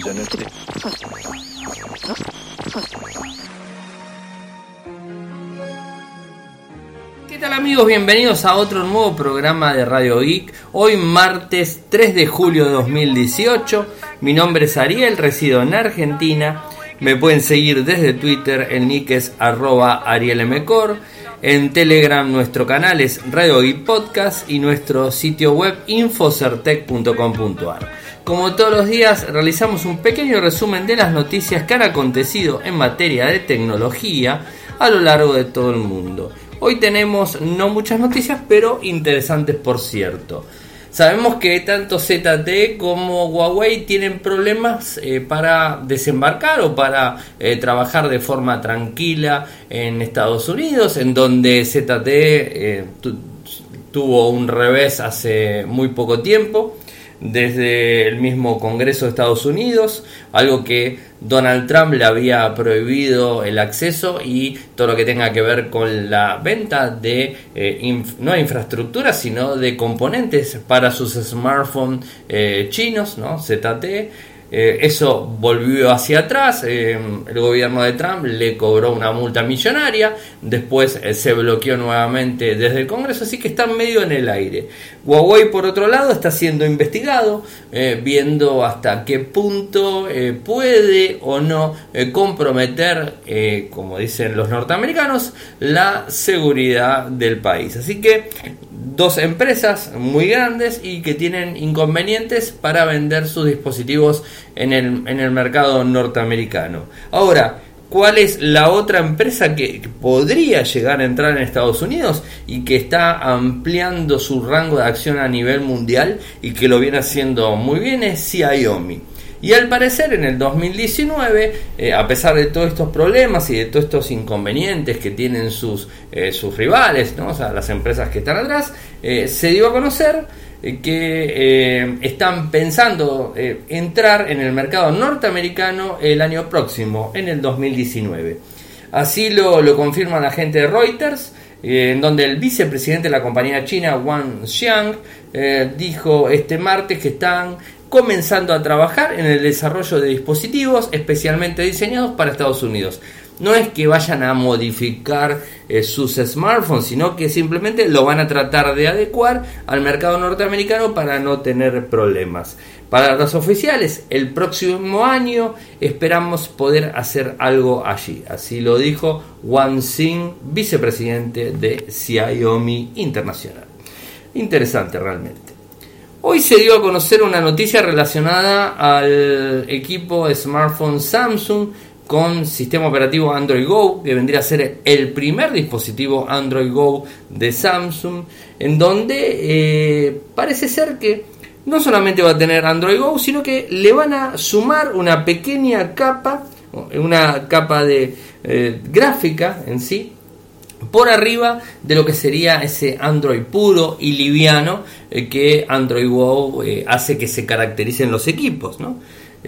¿Qué tal amigos? Bienvenidos a otro nuevo programa de Radio Geek. Hoy martes 3 de julio de 2018. Mi nombre es Ariel, resido en Argentina. Me pueden seguir desde Twitter, el nick es @arielmcor. En Telegram nuestro canal es Radio Geek Podcast y nuestro sitio web infocertec.com.ar. Como todos los días realizamos un pequeño resumen de las noticias que han acontecido en materia de tecnología a lo largo de todo el mundo. Hoy tenemos no muchas noticias, pero interesantes por cierto. Sabemos que tanto ZTE como Huawei tienen problemas para desembarcar o para trabajar de forma tranquila en Estados Unidos, en donde ZTE tuvo un revés hace muy poco tiempo, desde el mismo Congreso de Estados Unidos, algo que Donald Trump le había prohibido el acceso, y todo lo que tenga que ver con la venta de no de infraestructura sino de componentes para sus smartphones chinos, ¿no? ZTE. Eso volvió hacia atrás. El gobierno de Trump le cobró una multa millonaria, después se bloqueó nuevamente desde el Congreso, así que está medio en el aire. Huawei, por otro lado, está siendo investigado, viendo hasta qué punto puede o no comprometer, como dicen los norteamericanos, la seguridad del país. Así que dos empresas muy grandes y que tienen inconvenientes para vender sus dispositivos en el mercado norteamericano. Ahora, ¿cuál es la otra empresa que podría llegar a entrar en Estados Unidos y que está ampliando su rango de acción a nivel mundial y que lo viene haciendo muy bien? Es Xiaomi. Y al parecer en el 2019, a pesar de todos estos problemas y de todos estos inconvenientes que tienen sus rivales, ¿no? O sea, las empresas que están atrás, se dio a conocer que están pensando entrar en el mercado norteamericano el año próximo, en el 2019. Así lo confirma la gente de Reuters, en donde el vicepresidente de la compañía china, Wang Xiang, dijo este martes que están comenzando a trabajar en el desarrollo de dispositivos especialmente diseñados para Estados Unidos. No es que vayan a modificar sus smartphones, sino que simplemente lo van a tratar de adecuar al mercado norteamericano para no tener problemas. Para los oficiales, el próximo año esperamos poder hacer algo allí. Así lo dijo Wang Xin, vicepresidente de Xiaomi Internacional. Interesante realmente. Hoy se dio a conocer una noticia relacionada al equipo de smartphone Samsung con sistema operativo Android Go, que vendría a ser el primer dispositivo Android Go de Samsung, en donde parece ser que no solamente va a tener Android Go, sino que le van a sumar una pequeña capa de gráfica en sí, por arriba de lo que sería ese Android puro y liviano que Android Go hace que se caractericen los equipos, ¿no?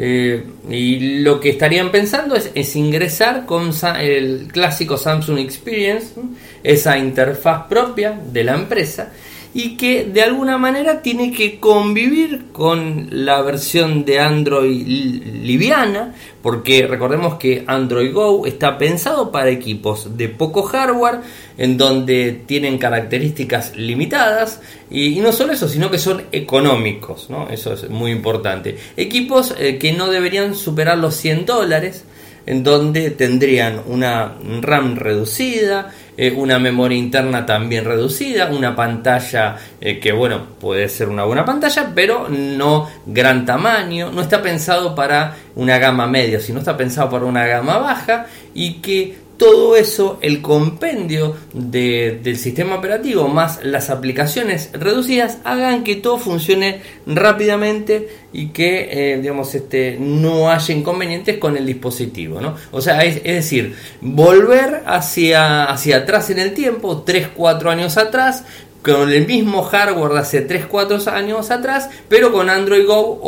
Y lo que estarían pensando es ingresar con el clásico Samsung Experience, ¿no? Esa interfaz propia de la empresa, y que de alguna manera tiene que convivir con la versión de Android liviana, porque recordemos que Android Go está pensado para equipos de poco hardware, en donde tienen características limitadas, y no solo eso, sino que son económicos, ¿no? Eso es muy importante. Equipos que no deberían superar los $100, en donde tendrían una RAM reducida, una memoria interna también reducida, una pantalla que bueno, puede ser una buena pantalla, pero no gran tamaño. No está pensado para una gama media, sino está pensado para una gama baja, y que todo eso, el compendio del sistema operativo más las aplicaciones reducidas, hagan que todo funcione rápidamente y que no haya inconvenientes con el dispositivo, ¿no? O sea, es decir, volver hacia atrás en el tiempo, 3-4 años atrás, con el mismo hardware de hace 3-4 años atrás, pero con Android Go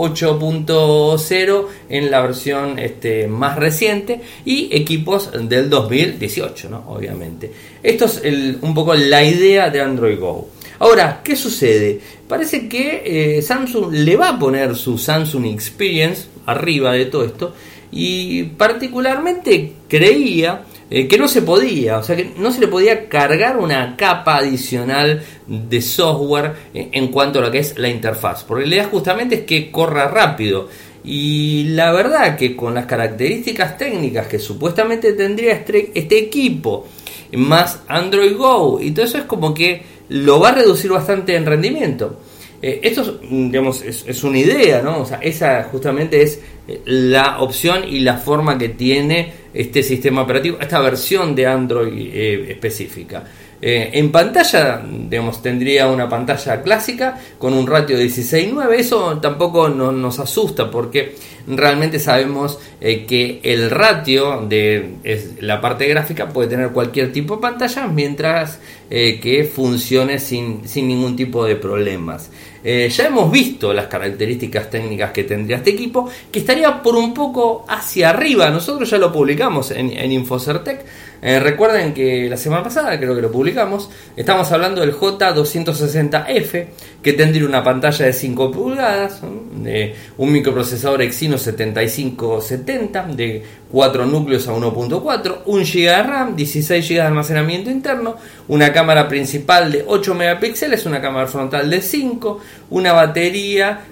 8.0 en la versión más reciente, y equipos del 2018, ¿no? Obviamente. Esto es un poco la idea de Android Go. Ahora, ¿qué sucede? Parece que Samsung le va a poner su Samsung Experience arriba de todo esto, y particularmente creía que no se podía, o sea que no se le podía cargar una capa adicional de software en cuanto a lo que es la interfaz, porque la idea justamente es que corra rápido. Y la verdad que con las características técnicas que supuestamente tendría este equipo, más Android Go y todo eso, es como que lo va a reducir bastante en rendimiento. Esto digamos, es una idea, ¿no? O sea, esa justamente es la opción y la forma que tiene este sistema operativo, esta versión de Android específica. En pantalla, digamos, tendría una pantalla clásica con un ratio de 16:9. Eso tampoco nos asusta, porque realmente sabemos que el ratio de la parte gráfica puede tener cualquier tipo de pantalla, mientras que funcione sin ningún tipo de problemas. Ya hemos visto las características técnicas que tendría este equipo, que estaría por un poco hacia arriba. Nosotros ya lo publicamos en Infocertec. Recuerden que la semana pasada, creo que lo publicamos, estamos hablando del J260F, que tendría una pantalla de 5 pulgadas, de un microprocesador Exynos 7570 de 4 núcleos a 1.4, 1 GB de RAM, 16 GB de almacenamiento interno, una cámara principal de 8 megapíxeles, una cámara frontal de 5, una batería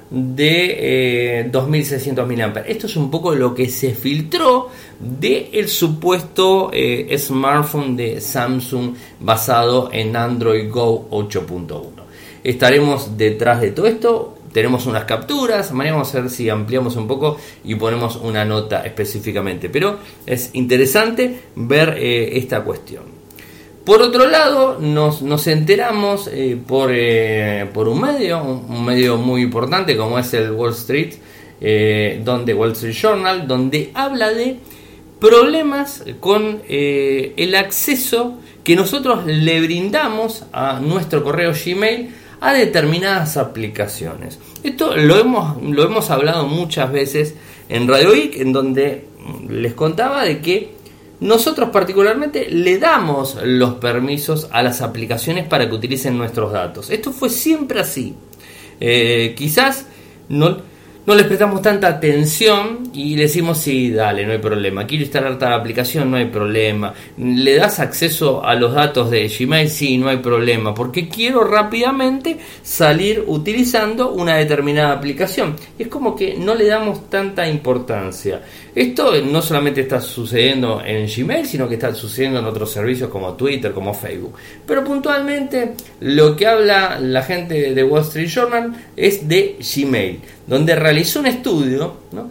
de 2600 mAh. Esto es un poco lo que se filtró del supuesto smartphone de Samsung basado en Android Go 8.1. Estaremos detrás de todo esto. Tenemos unas capturas, mañana vamos a ver si ampliamos un poco y ponemos una nota específicamente, pero es interesante ver esta cuestión. Por otro lado, nos enteramos por un medio muy importante como es el Wall Street Journal, donde habla de problemas con el acceso que nosotros le brindamos a nuestro correo Gmail a determinadas aplicaciones. Esto lo hemos hablado muchas veces en Radio Geek, en donde les contaba de que nosotros particularmente le damos los permisos a las aplicaciones para que utilicen nuestros datos. Esto fue siempre así. Quizás no les prestamos tanta atención y le decimos sí, dale, no hay problema, quiero instalar tal aplicación, no hay problema, le das acceso a los datos de Gmail, sí, no hay problema, porque quiero rápidamente salir utilizando una determinada aplicación. Y es como que no le damos tanta importancia. Esto no solamente está sucediendo en Gmail, sino que está sucediendo en otros servicios como Twitter, como Facebook. Pero puntualmente lo que habla la gente de Wall Street Journal es de Gmail, donde realizó un estudio, ¿no?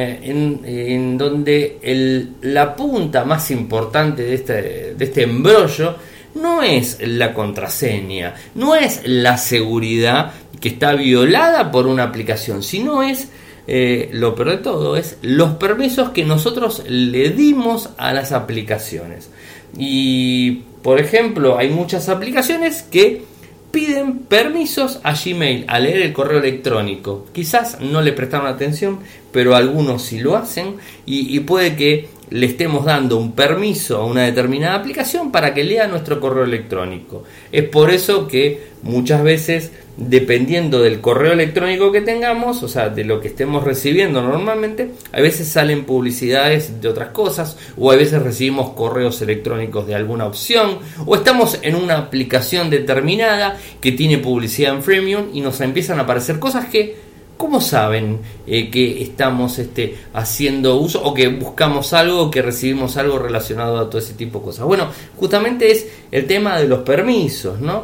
en donde la punta más importante de este embrollo no es la contraseña, no es la seguridad que está violada por una aplicación, sino es lo peor de todo, es los permisos que nosotros le dimos a las aplicaciones. Y por ejemplo, hay muchas aplicaciones que piden permisos a Gmail a leer el correo electrónico. Quizás no le prestaron atención, pero algunos sí lo hacen, y puede que le estemos dando un permiso a una determinada aplicación para que lea nuestro correo electrónico. Es por eso que muchas veces, dependiendo del correo electrónico que tengamos, o sea, de lo que estemos recibiendo normalmente, a veces salen publicidades de otras cosas, o a veces recibimos correos electrónicos de alguna opción, o estamos en una aplicación determinada que tiene publicidad en freemium y nos empiezan a aparecer cosas que, ¿cómo saben que estamos haciendo uso, o que buscamos algo, o que recibimos algo relacionado a todo ese tipo de cosas? Bueno, justamente es el tema de los permisos, ¿no?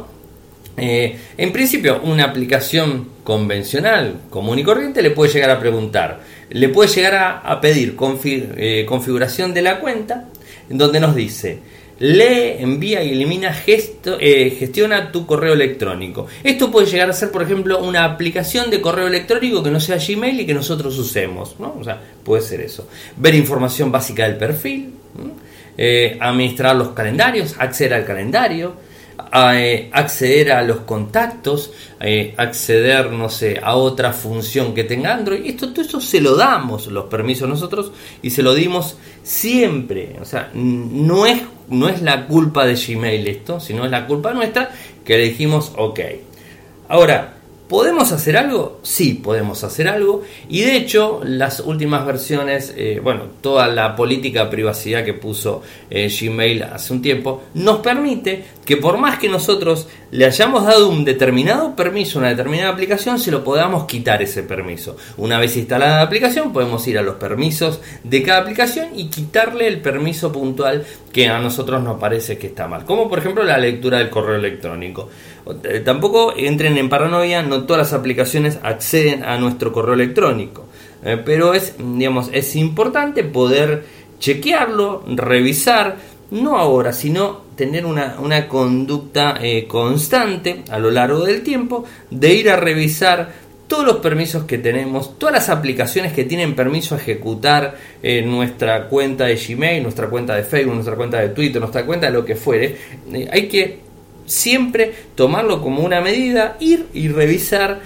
En principio, una aplicación convencional, común y corriente, le puede llegar a preguntar, le puede llegar a pedir configuración de la cuenta, en donde nos dice: lee, envía y elimina, gestiona tu correo electrónico. Esto puede llegar a ser, por ejemplo, una aplicación de correo electrónico que no sea Gmail y que nosotros usemos, ¿no? O sea, puede ser eso. Ver información básica del perfil, administrar los calendarios, acceder al calendario, acceder a los contactos, acceder, no sé, a otra función que tenga Android. Todo esto se lo damos los permisos nosotros, y se lo dimos siempre. O sea, no es la culpa de Gmail esto, sino es la culpa nuestra, que le dijimos OK. Ahora, ¿podemos hacer algo? Sí, podemos hacer algo. Y de hecho, las últimas versiones, toda la política de privacidad que puso Gmail hace un tiempo, nos permite que por más que nosotros le hayamos dado un determinado permiso a una determinada aplicación, se lo podamos quitar ese permiso. Una vez instalada la aplicación, podemos ir a los permisos de cada aplicación y quitarle el permiso puntual que a nosotros nos parece que está mal. Como por ejemplo la lectura del correo electrónico. Tampoco entren en paranoia, no todas las aplicaciones acceden a nuestro correo electrónico, pero es importante poder chequearlo, revisar, no ahora, sino tener una conducta constante a lo largo del tiempo de ir a revisar todos los permisos que tenemos, todas las aplicaciones que tienen permiso a ejecutar nuestra cuenta de Gmail, nuestra cuenta de Facebook, nuestra cuenta de Twitter, nuestra cuenta de lo que fuere. Hay que siempre tomarlo como una medida, ir y revisar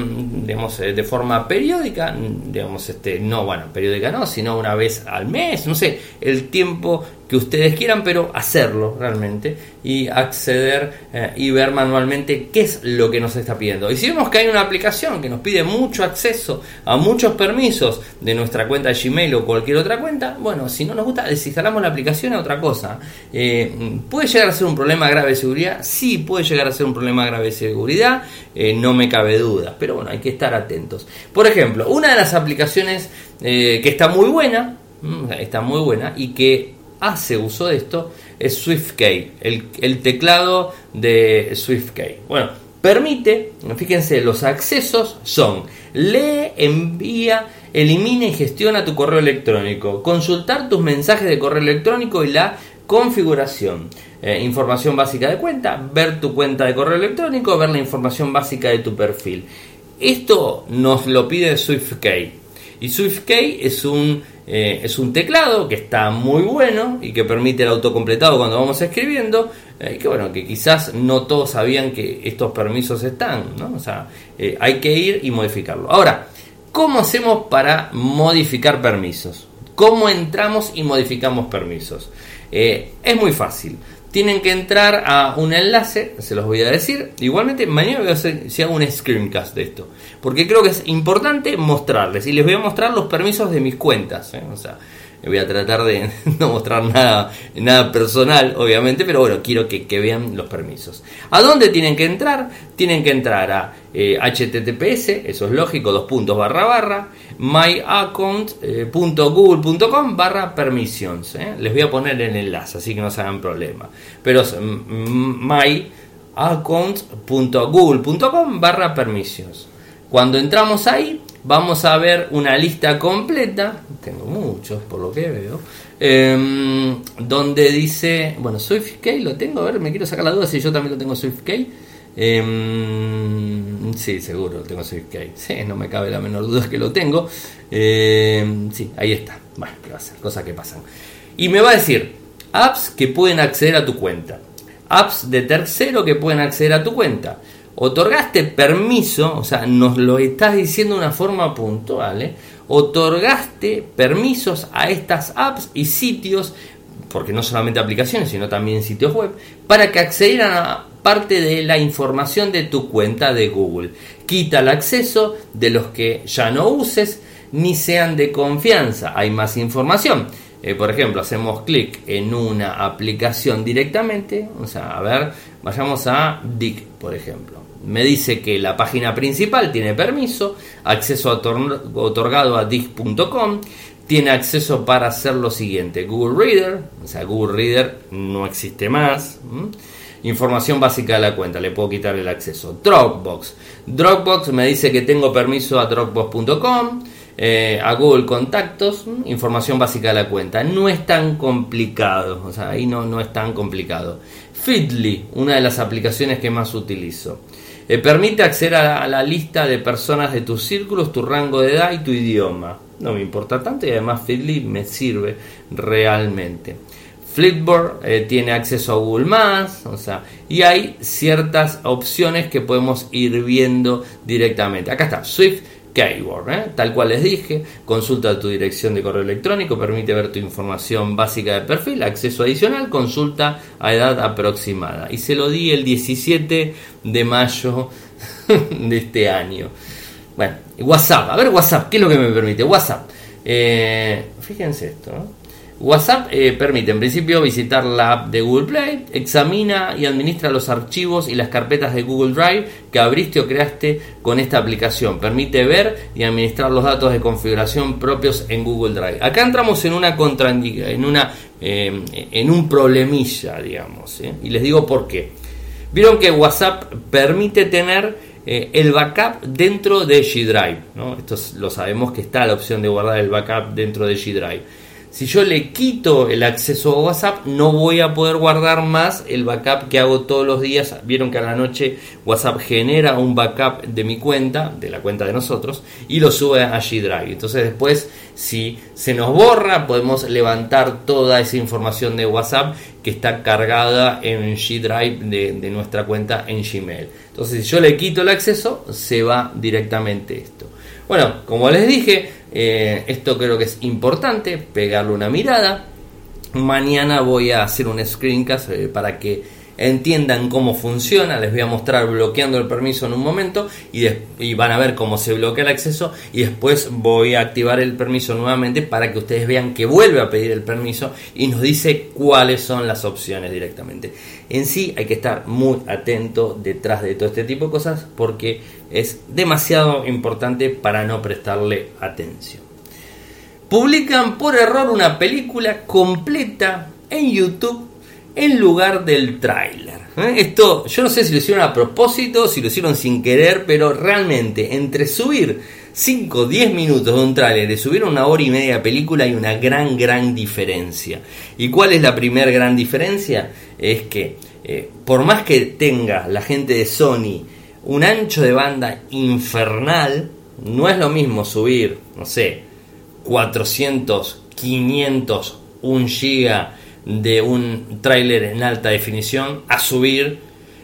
de forma periódica, periódica no, sino una vez al mes, no sé, el tiempo que ustedes quieran, pero hacerlo realmente y acceder y ver manualmente qué es lo que nos está pidiendo. Y si vemos que hay una aplicación que nos pide mucho acceso a muchos permisos de nuestra cuenta de Gmail o cualquier otra cuenta, bueno, si no nos gusta, desinstalamos la aplicación a otra cosa. ¿Puede llegar a ser un problema grave de seguridad? Sí, puede llegar a ser un problema grave de seguridad, no me cabe duda, pero bueno, hay que estar atentos. Por ejemplo, una de las aplicaciones que está muy buena y que hace uso de esto es SwiftKey, el teclado de SwiftKey. Bueno, permite, fíjense, los accesos son: lee, envía, elimina y gestiona tu correo electrónico, consultar tus mensajes de correo electrónico y la configuración, información básica de cuenta, ver tu cuenta de correo electrónico, ver la información básica de tu perfil. Esto nos lo pide SwiftKey. Y SwiftKey es un teclado que está muy bueno y que permite el autocompletado cuando vamos escribiendo, que quizás no todos sabían que estos permisos están, ¿no? O sea, hay que ir y modificarlo. Ahora, ¿cómo hacemos para modificar permisos? ¿Cómo entramos y modificamos permisos? Es muy fácil. Tienen que entrar a un enlace, se los voy a decir. Igualmente, mañana voy a hacer, si hago un screencast de esto, porque creo que es importante mostrarles. Y les voy a mostrar los permisos de mis cuentas, O sea, voy a tratar de no mostrar nada personal, obviamente, pero bueno, quiero que vean los permisos. ¿A dónde tienen que entrar? Tienen que entrar a https, eso es lógico, myaccount.google.com/permissions. Les voy a poner el enlace, así que no se hagan problema. Pero es myaccount.google.com/permissions. Cuando entramos ahí, vamos a ver una lista completa, tengo muchos por lo que veo, donde dice, SwiftKey lo tengo, a ver, me quiero sacar la duda si yo también lo tengo SwiftKey. Sí, seguro lo tengo SwiftKey, sí, no me cabe la menor duda que lo tengo. Sí, ahí está. Bueno, ¿qué va a ser? Cosas que pasan. Y me va a decir apps que pueden acceder a tu cuenta, apps de tercero que pueden acceder a tu cuenta. Otorgaste permiso, o sea, nos lo estás diciendo de una forma puntual, otorgaste permisos a estas apps y sitios, porque no solamente aplicaciones, sino también sitios web, para que accedieran a parte de la información de tu cuenta de Google. Quita el acceso de los que ya no uses ni sean de confianza. Hay más información. Por ejemplo, hacemos clic en una aplicación directamente, o sea, a ver, vayamos a Digg, por ejemplo. Me dice que la página principal tiene permiso, acceso otorgado a Digg.com, tiene acceso para hacer lo siguiente: Google Reader, o sea, Google Reader no existe más. Información básica de la cuenta, le puedo quitar el acceso. Dropbox me dice que tengo permiso a Dropbox.com, a Google Contactos, información básica de la cuenta. No es tan complicado, o sea, ahí no es tan complicado. Feedly, una de las aplicaciones que más utilizo. Permite acceder a la lista de personas de tus círculos, tu rango de edad y tu idioma. No me importa tanto y además Feedly me sirve realmente. Flipboard tiene acceso a Google+, o sea, y hay ciertas opciones que podemos ir viendo directamente. Acá está, SwiftKey Keyword, tal cual les dije. Consulta tu dirección de correo electrónico, permite ver tu información básica de perfil, acceso adicional, consulta a edad aproximada. Y se lo di el 17 de mayo de este año. Bueno, WhatsApp, a ver WhatsApp, ¿qué es lo que me permite? WhatsApp, fíjense esto, ¿no? WhatsApp permite en principio visitar la app de Google Play, examina y administra los archivos y las carpetas de Google Drive que abriste o creaste con esta aplicación. Permite ver y administrar los datos de configuración propios en Google Drive. Acá entramos en un problemilla, digamos, y les digo por qué. Vieron que WhatsApp permite tener el backup dentro de G Drive, ¿no? Esto lo sabemos, que está la opción de guardar el backup dentro de G Drive. Si yo le quito el acceso a WhatsApp, no voy a poder guardar más el backup que hago todos los días. Vieron que a la noche WhatsApp genera un backup de mi cuenta, de la cuenta de nosotros, y lo sube a G Drive. Entonces después, si se nos borra, podemos levantar toda esa información de WhatsApp que está cargada en G Drive de nuestra cuenta en Gmail. Entonces, si yo le quito el acceso, se va directamente esto. Bueno, como les dije, esto creo que es importante, pegarle una mirada. Mañana voy a hacer un screencast para que entiendan cómo funciona. Les voy a mostrar bloqueando el permiso en un momento y van a ver cómo se bloquea el acceso, y después voy a activar el permiso nuevamente para que ustedes vean que vuelve a pedir el permiso y nos dice cuáles son las opciones directamente. En sí hay que estar muy atento detrás de todo este tipo de cosas porque es demasiado importante para no prestarle atención. Publican por error una película completa en YouTube en lugar del tráiler. Esto yo no sé si lo hicieron a propósito, si lo hicieron sin querer, pero realmente entre subir 5 o 10 minutos de un tráiler y subir 1 hora y media de película hay una gran diferencia. ¿Y cuál es la primera gran diferencia? Es que por más que tenga la gente de Sony un ancho de banda infernal, no es lo mismo subir, no sé, 400, 500, 1 giga de un tráiler en alta definición a subir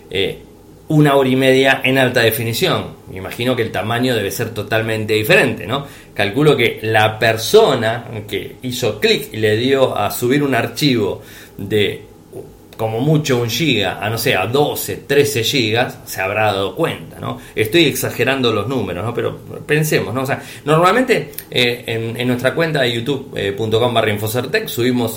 1 hora y media en alta definición. Me imagino que el tamaño debe ser totalmente diferente, ¿no? Calculo que la persona que hizo clic y le dio a subir un archivo de como mucho 1 giga a, no sé, a 12, 13 gigas, se habrá dado cuenta, ¿no? Estoy exagerando los números, ¿no? Pero pensemos, ¿no? O sea, normalmente en nuestra cuenta de youtube.com/Infocertec subimos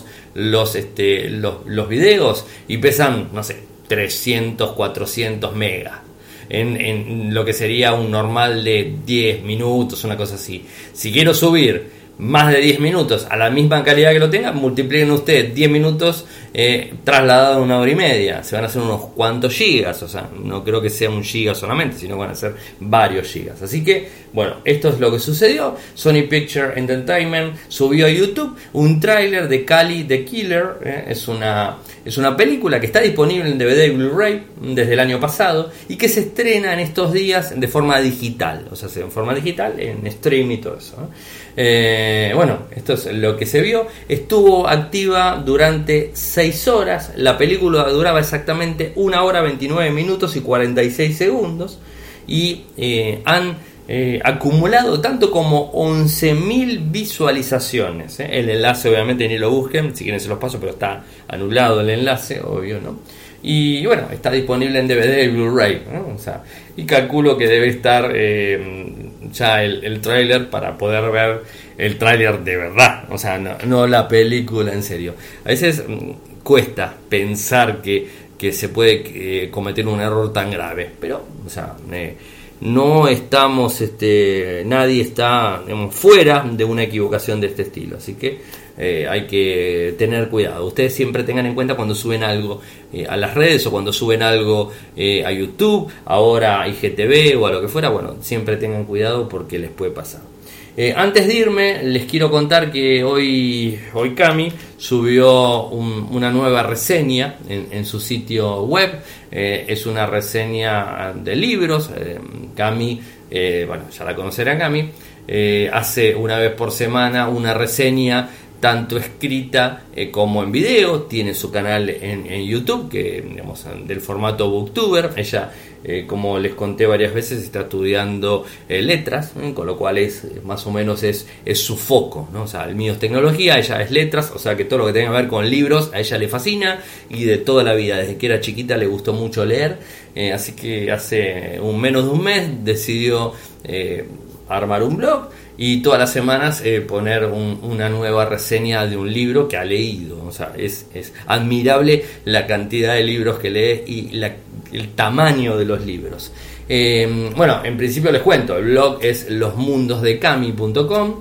los videos y pesan, no sé, 300, 400 megas. En lo que sería un normal de 10 minutos, una cosa así. Si quiero subir más de 10 minutos a la misma calidad que lo tenga, multipliquen ustedes 10 minutos trasladado a 1 hora y media, se van a hacer unos cuantos gigas. O sea, no creo que sea 1 giga solamente, sino que van a ser varios gigas. Así que, bueno, esto es lo que sucedió. Sony Picture Entertainment subió a YouTube un tráiler de Cali the Killer. Es una película que está disponible en DVD y Blu-ray desde el año pasado y que se estrena en estos días de forma digital. O sea, en forma digital, en stream y todo eso, ¿no? Bueno, esto es lo que se vio. Estuvo activa durante 6 horas. La película duraba exactamente 1 hora 29 minutos y 46 segundos. Y han acumulado tanto como 11.000 visualizaciones. El enlace obviamente ni lo busquen, si quieren se los paso, pero está anulado el enlace, obvio, ¿no? Y bueno, está disponible en DVD y Blu-ray, ¿no? O sea, y calculo que debe estar ya el tráiler para poder ver el tráiler de verdad, o sea, no la película en serio. A veces cuesta pensar que se puede cometer un error tan grave, pero, o sea, no estamos, nadie está, digamos, fuera de una equivocación de este estilo, así que hay que tener cuidado. Ustedes siempre tengan en cuenta cuando suben algo a las redes o cuando suben algo a YouTube, ahora a IGTV o a lo que fuera, bueno, siempre tengan cuidado porque les puede pasar. Antes de irme, les quiero contar que hoy Cami subió una nueva reseña en su sitio web. Es una reseña de libros. Cami, bueno, ya la conocerán, Cami. Hace una vez por semana una reseña tanto escrita como en video. Tiene su canal en YouTube, que, digamos, del formato Booktuber. Ella como les conté varias veces, está estudiando letras, con lo cual es más o menos es su foco, ¿no? O sea, el mío es tecnología, ella es letras, o sea que todo lo que tenga que ver con libros a ella le fascina, y de toda la vida, desde que era chiquita le gustó mucho leer, así que hace menos de un mes decidió armar un blog y todas las semanas poner una nueva reseña de un libro que ha leído. O sea, es admirable la cantidad de libros que lee y el tamaño de los libros. Bueno, en principio les cuento, el blog es losmundosdecami.com,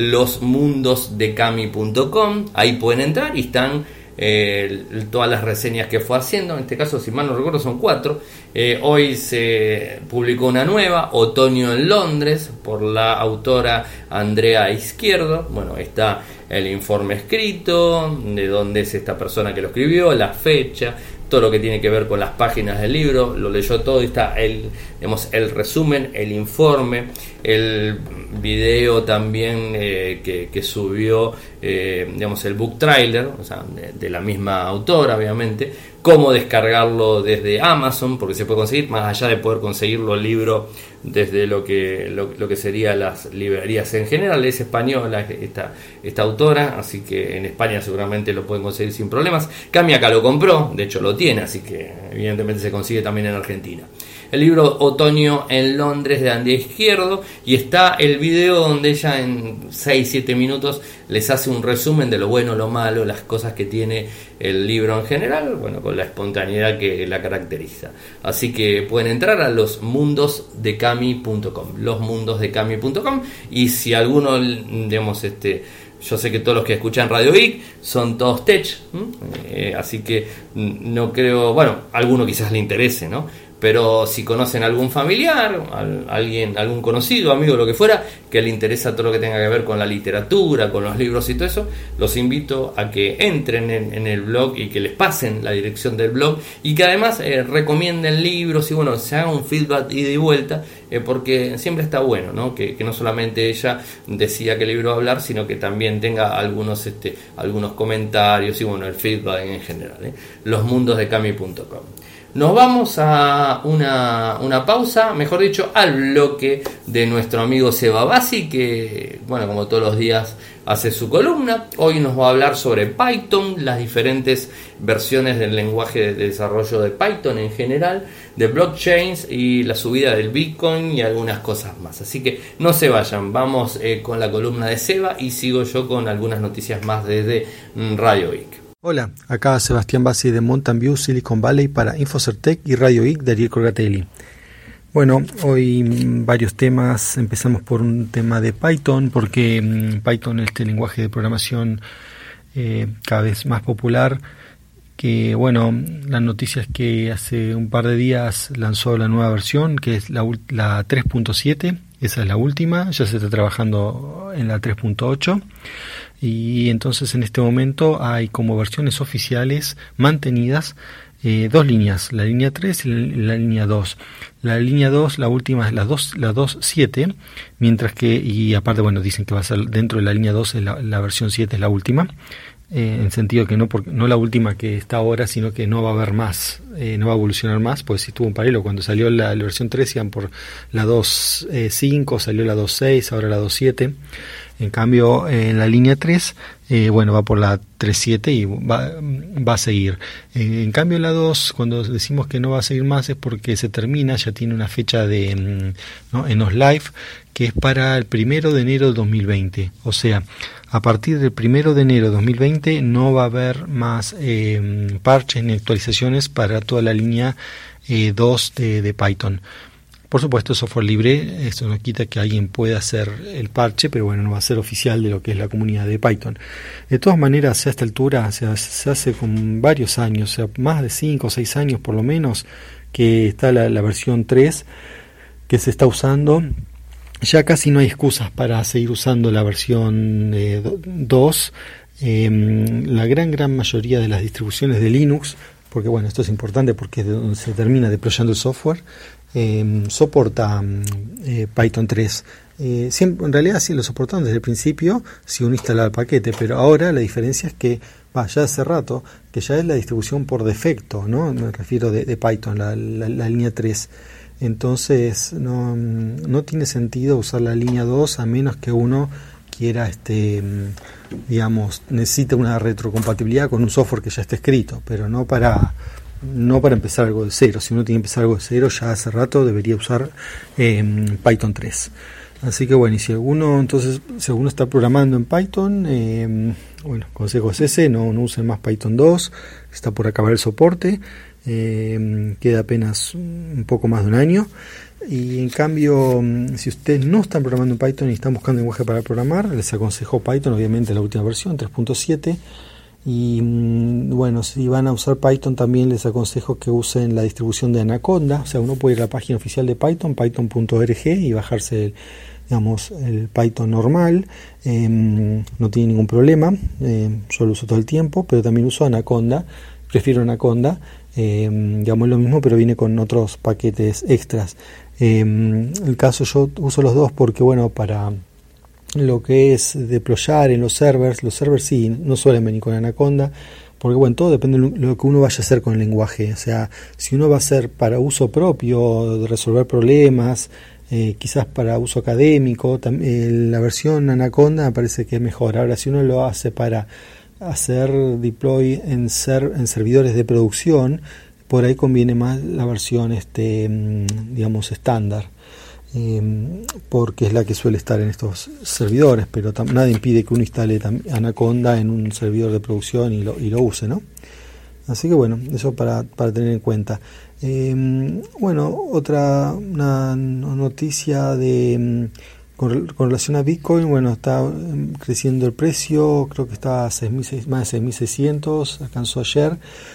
losmundosdecami.com, ahí pueden entrar y están todas las reseñas que fue haciendo. En este caso, si mal no recuerdo, son 4. Hoy se publicó una nueva, Otoño en Londres, por la autora Andrea Izquierdo. Bueno, está el informe escrito, de dónde es esta persona que lo escribió, la fecha, todo lo que tiene que ver con las páginas del libro, lo leyó todo, y está el resumen, el informe, el video también que subió, el book trailer, o sea, de la misma autora, obviamente, cómo descargarlo desde Amazon, porque se puede conseguir, más allá de poder conseguirlo el libro desde lo que sería las librerías en general. Es española esta autora, así que en España seguramente lo pueden conseguir sin problemas. Cami acá lo compró, de hecho lo tiene, así que evidentemente se consigue también en Argentina. El libro Otoño en Londres, de Andrea Izquierdo, y está el video donde ella en 6-7 minutos les hace un resumen de lo bueno, lo malo, las cosas que tiene el libro en general, bueno, con la espontaneidad que la caracteriza. Así que pueden entrar a losmundosdecami.com, losmundosdecami.com, y si alguno, yo sé que todos los que escuchan Radio Geek son todos tech, así que no creo, bueno, a alguno quizás le interese, ¿no? Pero si conocen a algún familiar, algún conocido, amigo, lo que fuera, que le interesa todo lo que tenga que ver con la literatura, con los libros y todo eso, los invito a que entren en el blog y que les pasen la dirección del blog, y que además recomienden libros y bueno, se haga un feedback ida y vuelta, porque siempre está bueno, ¿no? Que no solamente ella decía qué libro hablar, sino que también tenga algunos comentarios y bueno, el feedback en general. Losmundosdecami.com. Nos vamos a una pausa, mejor dicho, al bloque de nuestro amigo Seba Bassi, que, bueno, como todos los días hace su columna. Hoy nos va a hablar sobre Python, las diferentes versiones del lenguaje de desarrollo de Python en general, de blockchains y la subida del Bitcoin y algunas cosas más. Así que no se vayan, vamos con la columna de Seba y sigo yo con algunas noticias más desde Radio Geek. Hola, acá Sebastián Bassi de Mountain View, Silicon Valley para Infocertec y Radio Geek de Ariel Corgatelli. Bueno, hoy varios temas. Empezamos por un tema de Python, porque Python es este lenguaje de programación cada vez más popular, que bueno, la noticia es que hace un par de días lanzó la nueva versión, que es la 3.7, esa es la última, ya se está trabajando en la 3.8. Y entonces en este momento hay como versiones oficiales mantenidas 2 líneas, la línea 3 y la línea 2. La línea 2, la última es la 2.7, mientras que, y aparte, bueno, dicen que va a ser dentro de la línea 2, la versión 7 es la última, en sentido que no la última que está ahora, sino que no va a haber más, no va a evolucionar más, pues si tuvo un paralelo, cuando salió la versión 3 iban por la 2.5, salió la 2.6, ahora la 2.7. En cambio, en la línea 3, bueno, va por la 3.7 y va a seguir. En cambio, en la 2, cuando decimos que no va a seguir más, es porque se termina, ya tiene una fecha en OS Live, que es para el 1 de enero de 2020. O sea, a partir del 1 de enero de 2020 no va a haber más parches ni actualizaciones para toda la línea 2 de Python. Por supuesto, es software libre, esto no quita que alguien pueda hacer el parche, pero bueno, no va a ser oficial de lo que es la comunidad de Python. De todas maneras, a esta altura se hace con varios años, o sea, más de 5 o 6 años por lo menos, que está la versión 3 que se está usando. Ya casi no hay excusas para seguir usando la versión 2. La gran mayoría de las distribuciones de Linux, porque bueno, esto es importante porque es de donde se termina deployando el software, soporta Python 3. Siempre, en realidad sí lo soportaron desde el principio si uno instalaba el paquete, pero ahora la diferencia es que ya hace rato que ya es la distribución por defecto, ¿no? Me refiero de Python, la línea 3. Entonces no tiene sentido usar la línea 2 a menos que uno quiera, digamos, necesite una retrocompatibilidad con un software que ya esté escrito, pero no para empezar algo de cero. Si uno tiene que empezar algo de cero, ya hace rato debería usar Python 3. Así que bueno, y si alguno está programando en Python, consejo es ese, no usen más Python 2, está por acabar el soporte, queda apenas un poco más de un año. Y en cambio, si ustedes no están programando en Python y están buscando lenguaje para programar, les aconsejo Python, obviamente la última versión, 3.7. Y bueno, si van a usar Python también les aconsejo que usen la distribución de Anaconda. O sea, uno puede ir a la página oficial de Python, python.org, y bajarse el Python normal. No tiene ningún problema, yo lo uso todo el tiempo, pero también uso Anaconda, prefiero Anaconda. Es lo mismo, pero viene con otros paquetes extras. El caso, yo uso los dos porque, bueno, para lo que es deployar en los servers sí, no suelen venir con Anaconda, porque bueno, todo depende de lo que uno vaya a hacer con el lenguaje. O sea, si uno va a hacer para uso propio, de resolver problemas, quizás para uso académico, la versión Anaconda me parece que es mejor. Ahora, si uno lo hace para hacer deploy en servidores de producción, por ahí conviene más la versión digamos estándar, porque es la que suele estar en estos servidores, pero nada impide que uno instale Anaconda en un servidor de producción y lo use, ¿no? Así que bueno, eso para tener en cuenta. Una noticia con relación a Bitcoin. Bueno, está creciendo el precio, creo que está a más de 6.600, alcanzó ayer.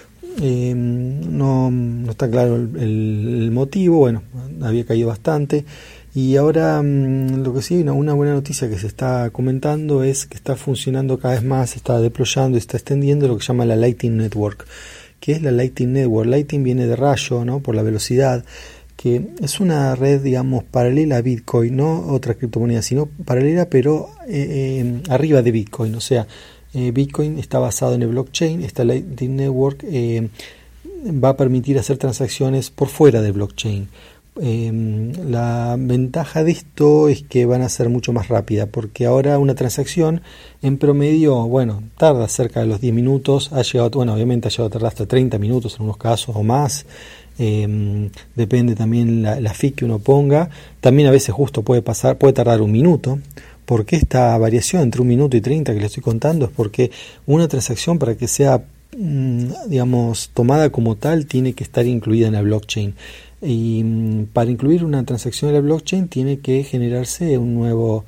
No está claro el motivo. Bueno, había caído bastante. Y ahora lo que sí, una buena noticia que se está comentando es que está funcionando cada vez más, está deployando, está extendiendo lo que se llama la Lightning Network. ¿Qué es la Lightning Network? Lightning viene de rayo, ¿no? Por la velocidad, que es una red, digamos, paralela a Bitcoin, no otra criptomoneda, sino paralela, pero arriba de Bitcoin. O sea, Bitcoin está basado en el blockchain. Esta Lightning Network va a permitir hacer transacciones por fuera del blockchain. La ventaja de esto es que van a ser mucho más rápida, porque ahora una transacción en promedio, bueno, tarda cerca de los 10 minutos, obviamente ha llegado a tardar hasta 30 minutos en unos casos o más. Depende también la fee que uno ponga. También a veces justo puede tardar un minuto. ¿Por qué esta variación entre 1 minuto y 30 que le estoy contando? Es porque una transacción, para que sea digamos tomada como tal, tiene que estar incluida en la blockchain. Y para incluir una transacción en la blockchain tiene que generarse un nuevo,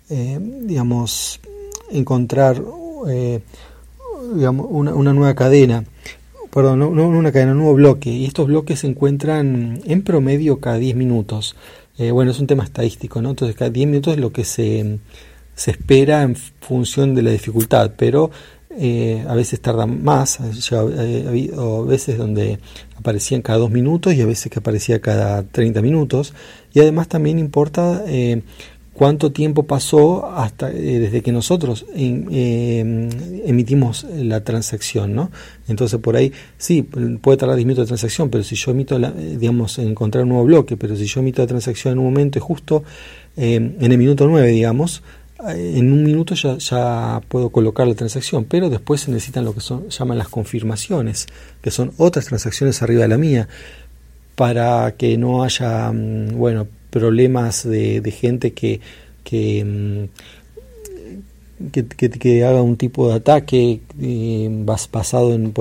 encontrar una nueva cadena. Perdón, no una cadena, un nuevo bloque. Y estos bloques se encuentran en promedio cada 10 minutos. Es un tema estadístico, ¿no? Entonces cada 10 minutos es lo que se espera en función de la dificultad, pero a veces tarda más. Ha habido veces donde aparecían cada 2 minutos y a veces que aparecía cada 30 minutos. Y además también importa cuánto tiempo pasó hasta desde que nosotros emitimos la transacción, ¿no? Entonces por ahí sí, puede tardar 10 minutos de transacción, pero si yo emito encontrar un nuevo bloque, pero si yo emito la transacción en un momento y justo en el minuto 9, digamos, en un minuto ya puedo colocar la transacción, pero después se necesitan lo que llaman las confirmaciones, que son otras transacciones arriba de la mía, para que no haya problemas de gente que haga un tipo de ataque basado en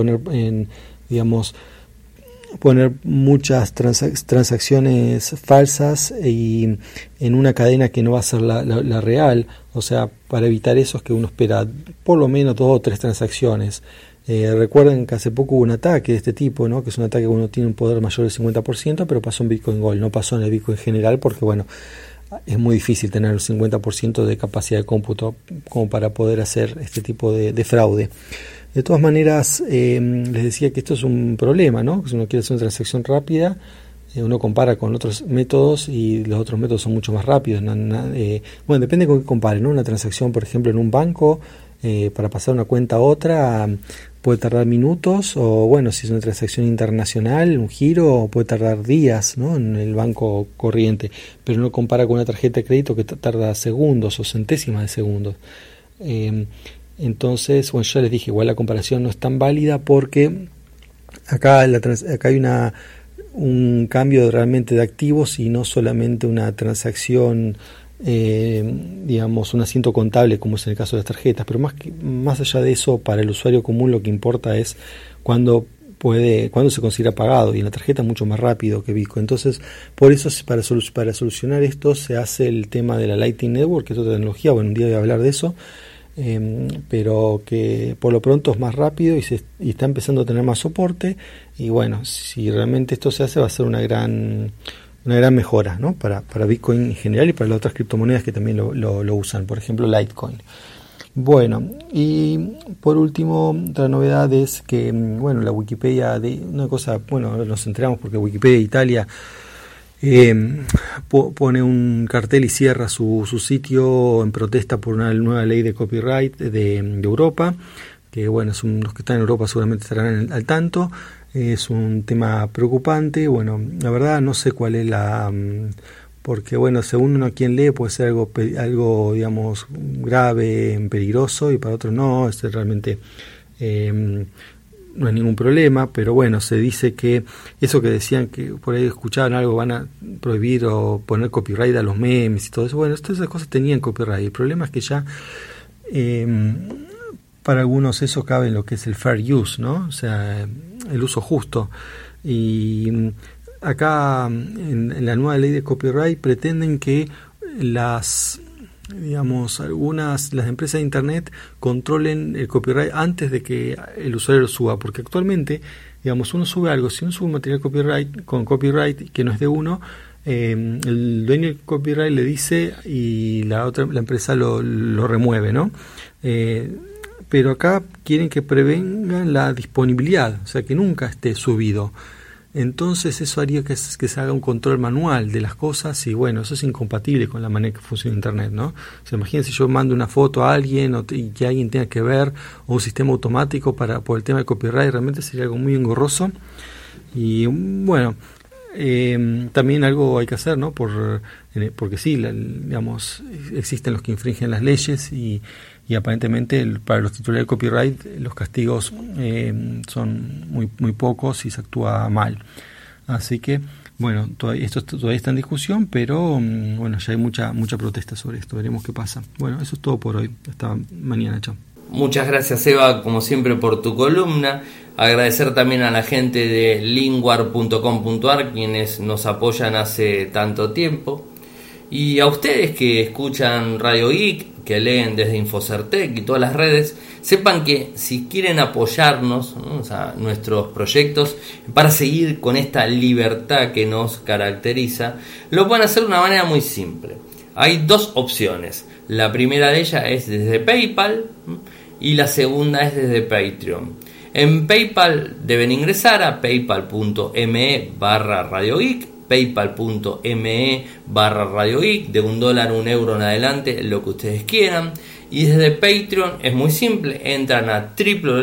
poner muchas transacciones falsas y en una cadena que no va a ser la real. O sea, para evitar eso es que uno espera por lo menos 2 o 3 transacciones. Recuerden que hace poco hubo un ataque de este tipo, ¿no? Que es un ataque que uno tiene un poder mayor del 50%, pero pasó en Bitcoin Gold, no pasó en el Bitcoin general, porque es muy difícil tener el 50% de capacidad de cómputo como para poder hacer este tipo de fraude. De todas maneras, les decía que esto es un problema, ¿no? Si uno quiere hacer una transacción rápida, uno compara con otros métodos y los otros métodos son mucho más rápidos. Bueno, depende con qué compare, ¿no? Una transacción, por ejemplo, en un banco, para pasar una cuenta a otra, puede tardar minutos, o bueno, si es una transacción internacional, un giro, puede tardar días, ¿no? En el banco corriente, pero no compara con una tarjeta de crédito que tarda segundos o centésimas de segundos. Entonces, bueno, yo les dije, igual la comparación no es tan válida porque acá hay un cambio realmente de activos y no solamente una transacción, digamos, un asiento contable como es en el caso de las tarjetas, pero más allá de eso, para el usuario común lo que importa es cuándo se considera pagado, y en la tarjeta mucho más rápido que Bitcoin. Entonces, por eso para solucionar esto se hace el tema de la Lightning Network, que es otra tecnología. Bueno, un día voy a hablar de eso. Pero que por lo pronto es más rápido y está empezando a tener más soporte, y bueno, si realmente esto se hace va a ser una gran mejora, ¿no? para Bitcoin en general y para las otras criptomonedas que también lo usan, por ejemplo Litecoin. Bueno, y por último, otra novedad es que, bueno, la Wikipedia, nos enteramos porque Wikipedia Italia pone un cartel y cierra su sitio en protesta por una nueva ley de copyright de Europa, que bueno, los que están en Europa seguramente estarán al tanto. Es un tema preocupante. Bueno, la verdad no sé cuál es porque bueno, según uno quien lee puede ser algo digamos grave, peligroso, y para otros no, es realmente no hay ningún problema, pero bueno, se dice que eso que decían, que por ahí escuchaban algo, van a prohibir o poner copyright a los memes y todo eso. Bueno, todas esas cosas tenían copyright. El problema es que ya para algunos eso cabe en lo que es el fair use, ¿no? O sea, el uso justo. Y acá en la nueva ley de copyright pretenden que las empresas de internet controlen el copyright antes de que el usuario lo suba, porque actualmente, digamos, uno sube algo, si uno sube un material con copyright que no es de uno, el dueño del copyright le dice y la empresa lo remueve, ¿no? Pero acá quieren que prevengan la disponibilidad, o sea, que nunca esté subido. Entonces eso haría que se haga un control manual de las cosas, y bueno, eso es incompatible con la manera que funciona Internet, ¿no? O sea, imagínense si yo mando una foto a alguien y que alguien tenga que ver, o un sistema automático por el tema de copyright, realmente sería algo muy engorroso. Y bueno, también algo hay que hacer, ¿no? Porque sí, digamos, existen los que infringen las leyes y aparentemente para los titulares de copyright los castigos son muy pocos si se actúa mal. Así que bueno, esto todavía está en discusión, pero bueno, ya hay mucha protesta sobre esto. Veremos qué pasa. Bueno, eso es todo por hoy. Hasta mañana. Chao. Muchas gracias, Eva, como siempre, por tu columna. Agradecer también a la gente de linguar.com.ar, quienes nos apoyan hace tanto tiempo. Y a ustedes que escuchan Radio Geek, que leen desde Infocertec y todas las redes, sepan que si quieren apoyarnos, ¿no? O sea, nuestros proyectos, para seguir con esta libertad que nos caracteriza, lo pueden hacer de una manera muy simple. Hay dos opciones. La primera de ellas es desde PayPal y la segunda es desde Patreon. En PayPal deben ingresar a paypal.me/radiogeek, paypal.me/radiogeek, de $1 a €1 en adelante, lo que ustedes quieran. Y desde Patreon es muy simple, entran a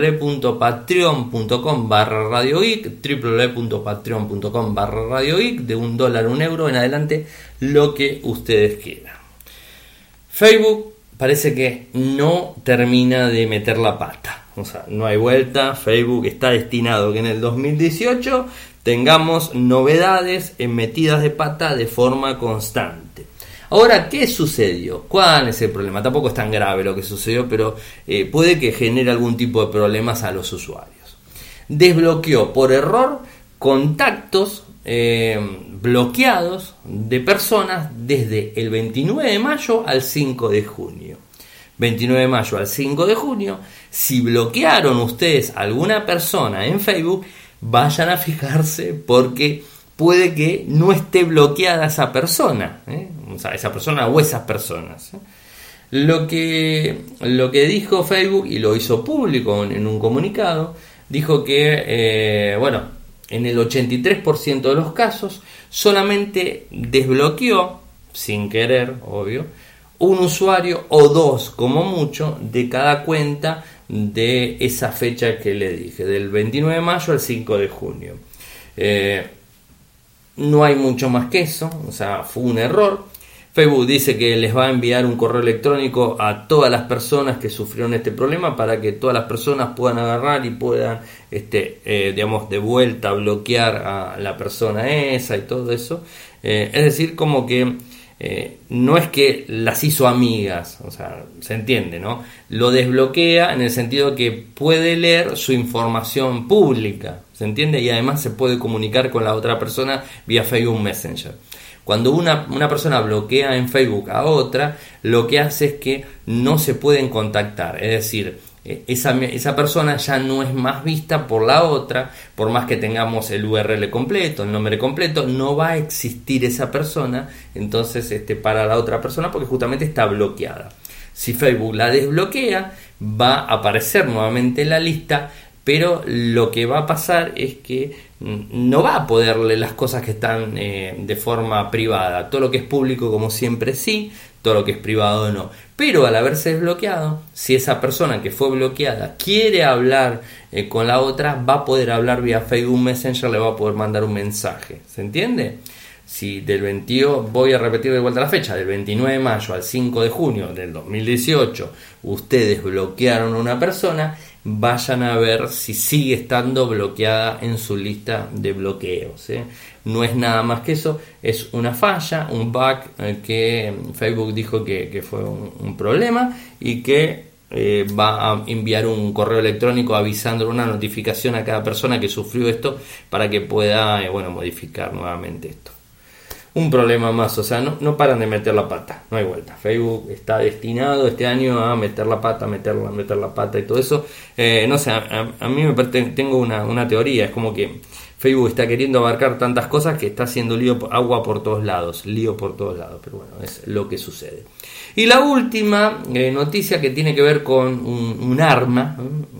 www.patreon.com/radiogeek, www.patreon.com/radiogeek, de $1 a €1 en adelante, lo que ustedes quieran. Facebook parece que no termina de meter la pata, o sea, no hay vuelta. Facebook está destinado que en el 2018 tengamos novedades en metidas de pata de forma constante. Ahora, ¿qué sucedió? ¿Cuál es el problema? Tampoco es tan grave lo que sucedió, pero puede que genere algún tipo de problemas a los usuarios. Desbloqueó por error contactos bloqueados de personas desde el 29 de mayo al 5 de junio. 29 de mayo al 5 de junio, si bloquearon ustedes a alguna persona en Facebook, vayan a fijarse, porque puede que no esté bloqueada esa persona, o sea, esa persona o esas personas. Lo que dijo Facebook, y lo hizo público en un comunicado, dijo que en el 83% de los casos solamente desbloqueó, sin querer, obvio, un usuario o dos como mucho de cada cuenta de esa fecha que le dije, del 29 de mayo al 5 de junio. No hay mucho más que eso, o sea, fue un error. Facebook dice que les va a enviar un correo electrónico a todas las personas que sufrieron este problema para que todas las personas puedan agarrar y puedan, digamos, de vuelta bloquear a la persona esa y todo eso. Es decir, como que no es que las hizo amigas, o sea, se entiende, ¿no? Lo desbloquea en el sentido que puede leer su información pública, ¿se entiende? Y además se puede comunicar con la otra persona vía Facebook Messenger. Cuando una persona bloquea en Facebook a otra, lo que hace es que no se pueden contactar, es decir, esa persona ya no es más vista por la otra, por más que tengamos el URL completo, el nombre completo, no va a existir esa persona, entonces para la otra persona, porque justamente está bloqueada. Si Facebook la desbloquea, va a aparecer nuevamente en la lista, pero lo que va a pasar es que no va a poder leer las cosas que están de forma privada. Todo lo que es público, como siempre, sí, todo lo que es privado, no. Pero al haberse desbloqueado, si esa persona que fue bloqueada quiere hablar con la otra, va a poder hablar vía Facebook Messenger, le va a poder mandar un mensaje. ¿Se entiende? Si del 22, voy a repetir de vuelta la fecha, del 29 de mayo al 5 de junio del 2018, ustedes bloquearon a una persona, vayan a ver si sigue estando bloqueada en su lista de bloqueos. No es nada más que eso, es una falla, un bug que Facebook dijo que fue un problema y que va a enviar un correo electrónico avisándole una notificación a cada persona que sufrió esto para que pueda modificar nuevamente esto. Un problema más, o sea, no paran de meter la pata, no hay vuelta. Facebook está destinado este año a meter la pata, meter la pata y todo eso. No sé, a mí me parece, tengo una teoría, es como que Facebook está queriendo abarcar tantas cosas que está haciendo agua por todos lados, lío por todos lados, pero bueno, es lo que sucede. Y la última noticia que tiene que ver con un arma,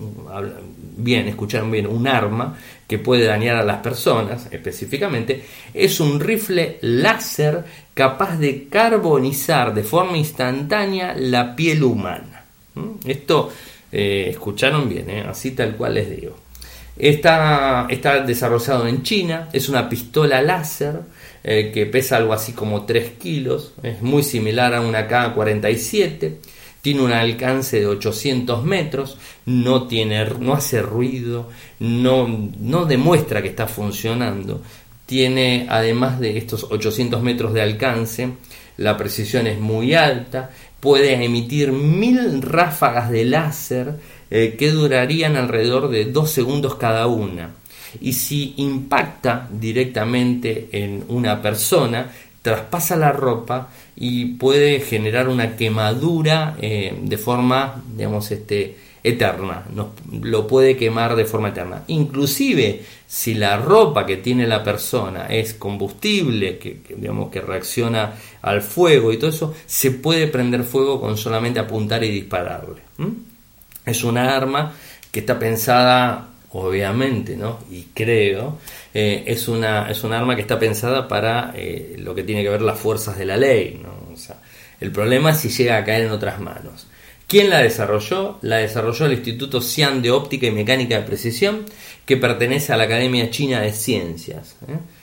escucharon bien, un arma que puede dañar a las personas específicamente, es un rifle láser capaz de carbonizar de forma instantánea la piel humana. Esto, escucharon bien, así tal cual les digo. Está desarrollado en China, es una pistola láser que pesa algo así como 3 kilos, es muy similar a una K-47, tiene un alcance de 800 metros, no hace ruido, no demuestra que está funcionando. Tiene, además de estos 800 metros de alcance, la precisión es muy alta, puede emitir 1000 ráfagas de láser que durarían alrededor de 2 segundos cada una. Y si impacta directamente en una persona, traspasa la ropa y puede generar una quemadura de forma, digamos, eterna. Lo puede quemar de forma eterna. Inclusive, si la ropa que tiene la persona es combustible, que reacciona al fuego y todo eso, se puede prender fuego con solamente apuntar y dispararle. Es una arma que está pensada, obviamente, ¿no? Y creo, es una arma que está pensada para lo que tiene que ver las fuerzas de la ley, ¿no? O sea, el problema es si llega a caer en otras manos. ¿Quién la desarrolló? La desarrolló el Instituto Xi'an de Óptica y Mecánica de Precisión, que pertenece a la Academia China de Ciencias.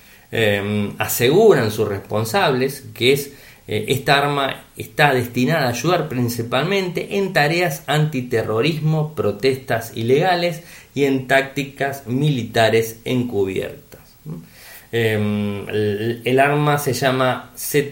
Aseguran sus responsables que esta arma está destinada a ayudar principalmente en tareas antiterrorismo, protestas ilegales y en tácticas militares encubiertas. El arma se llama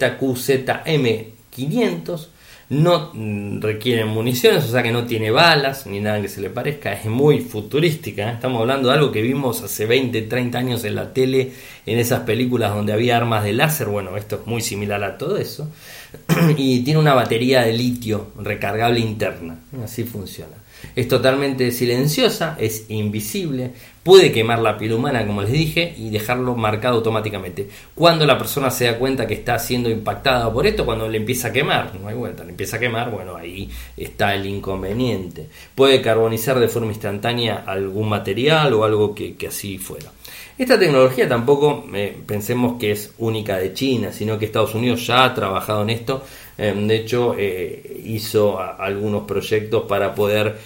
ZQZM500, no requiere municiones, o sea que no tiene balas ni nada que se le parezca, es muy futurística, Estamos hablando de algo que vimos hace 20, 30 años en la tele, en esas películas donde había armas de láser. Bueno, esto es muy similar a todo eso, y tiene una batería de litio recargable interna, así funciona. Es totalmente silenciosa, es invisible, puede quemar la piel humana, como les dije, y dejarlo marcado automáticamente. Cuando la persona se da cuenta que está siendo impactada por esto, cuando le empieza a quemar, no hay vuelta, le empieza a quemar, bueno, ahí está el inconveniente. Puede carbonizar de forma instantánea algún material o algo que así fuera. Esta tecnología tampoco pensemos que es única de China, sino que Estados Unidos ya ha trabajado en esto. De hecho, hizo algunos proyectos para poder,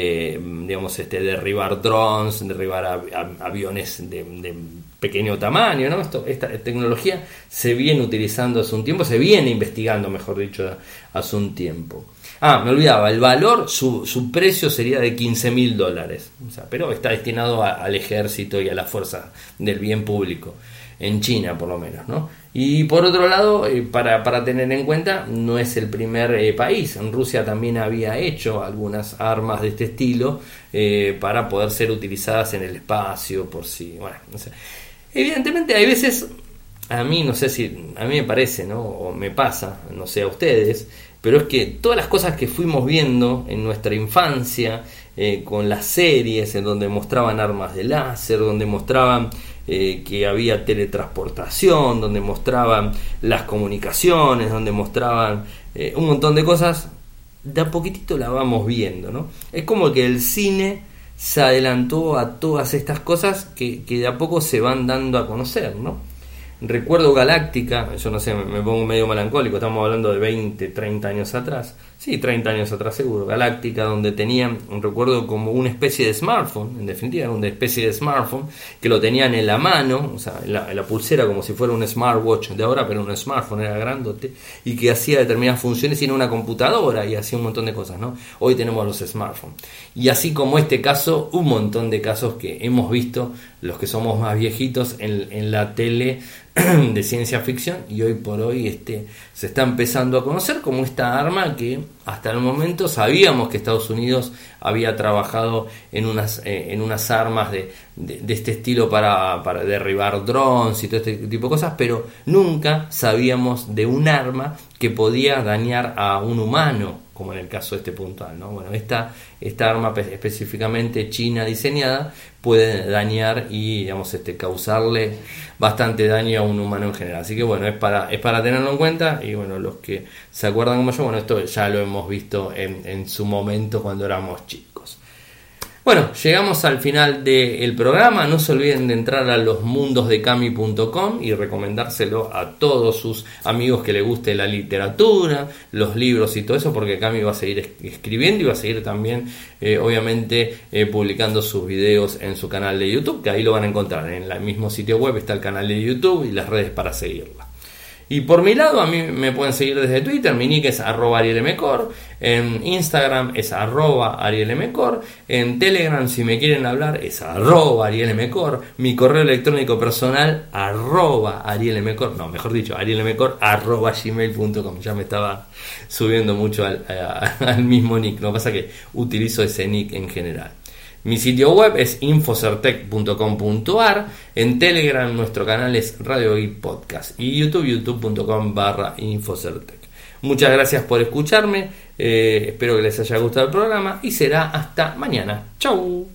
derribar drones, derribar aviones de pequeño tamaño, ¿no? Esta tecnología se viene utilizando hace un tiempo, se viene investigando, mejor dicho, hace un tiempo. Me olvidaba, el valor, su precio sería de $15.000, o sea, pero está destinado al ejército y a la fuerza del bien público, en China por lo menos, ¿no? Y por otro lado, para tener en cuenta, no es el primer país. En Rusia también había hecho algunas armas de este estilo para poder ser utilizadas en el espacio, por si, bueno, no sé. Evidentemente hay veces, a mí me parece, ¿no? O me pasa, no sé a ustedes, pero es que todas las cosas que fuimos viendo en nuestra infancia, con las series en donde mostraban armas de láser, donde mostraban que había teletransportación, donde mostraban las comunicaciones, donde mostraban un montón de cosas, de a poquitito la vamos viendo, ¿no? Es como que el cine se adelantó a todas estas cosas que de a poco se van dando a conocer, ¿no? Recuerdo Galáctica, yo no sé, me pongo medio melancólico, estamos hablando de 20, 30 años atrás, sí, 30 años atrás seguro, Galáctica, donde tenían, recuerdo, como una especie de smartphone, en definitiva, una especie de smartphone, que lo tenían en la mano, o sea, en la pulsera, como si fuera un smartwatch de ahora, pero un smartphone, era grandote, y que hacía determinadas funciones y era una computadora, y hacía un montón de cosas, ¿no? Hoy tenemos los smartphones. Y así como este caso, un montón de casos que hemos visto, los que somos más viejitos, en la tele de ciencia ficción, y hoy por hoy se está empezando a conocer como esta arma que hasta el momento sabíamos que Estados Unidos había trabajado en unas armas de este estilo para derribar drones y todo este tipo de cosas, pero nunca sabíamos de un arma que podía dañar a un humano, como en el caso puntual, ¿no? Bueno, esta arma específicamente china diseñada puede dañar y causarle bastante daño a un humano en general. Así que bueno, es para tenerlo en cuenta. Y bueno, los que se acuerdan como yo, bueno, esto ya lo hemos visto en su momento cuando éramos chicos. Bueno, llegamos al final del programa. No se olviden de entrar a losmundosdecami.com y recomendárselo a todos sus amigos que les guste la literatura, los libros y todo eso, porque Cami va a seguir escribiendo y va a seguir también, obviamente, publicando sus videos en su canal de YouTube, que ahí lo van a encontrar. En el mismo sitio web está el canal de YouTube y las redes para seguirla. Y por mi lado, a mí me pueden seguir desde Twitter, mi nick es @arielmcor, en Instagram es @arielmcor, en Telegram, si me quieren hablar, es @arielmcor, mi correo electrónico personal @arielmcor, no, mejor dicho, arielmcor @gmail.com. Ya me estaba subiendo mucho al mismo nick, lo que pasa es que utilizo ese nick en general. Mi sitio web es infocertec.com.ar, en Telegram nuestro canal es Radio y Podcast y youtube.com/infocertec. Muchas gracias por escucharme, espero que les haya gustado el programa y será hasta mañana. Chau.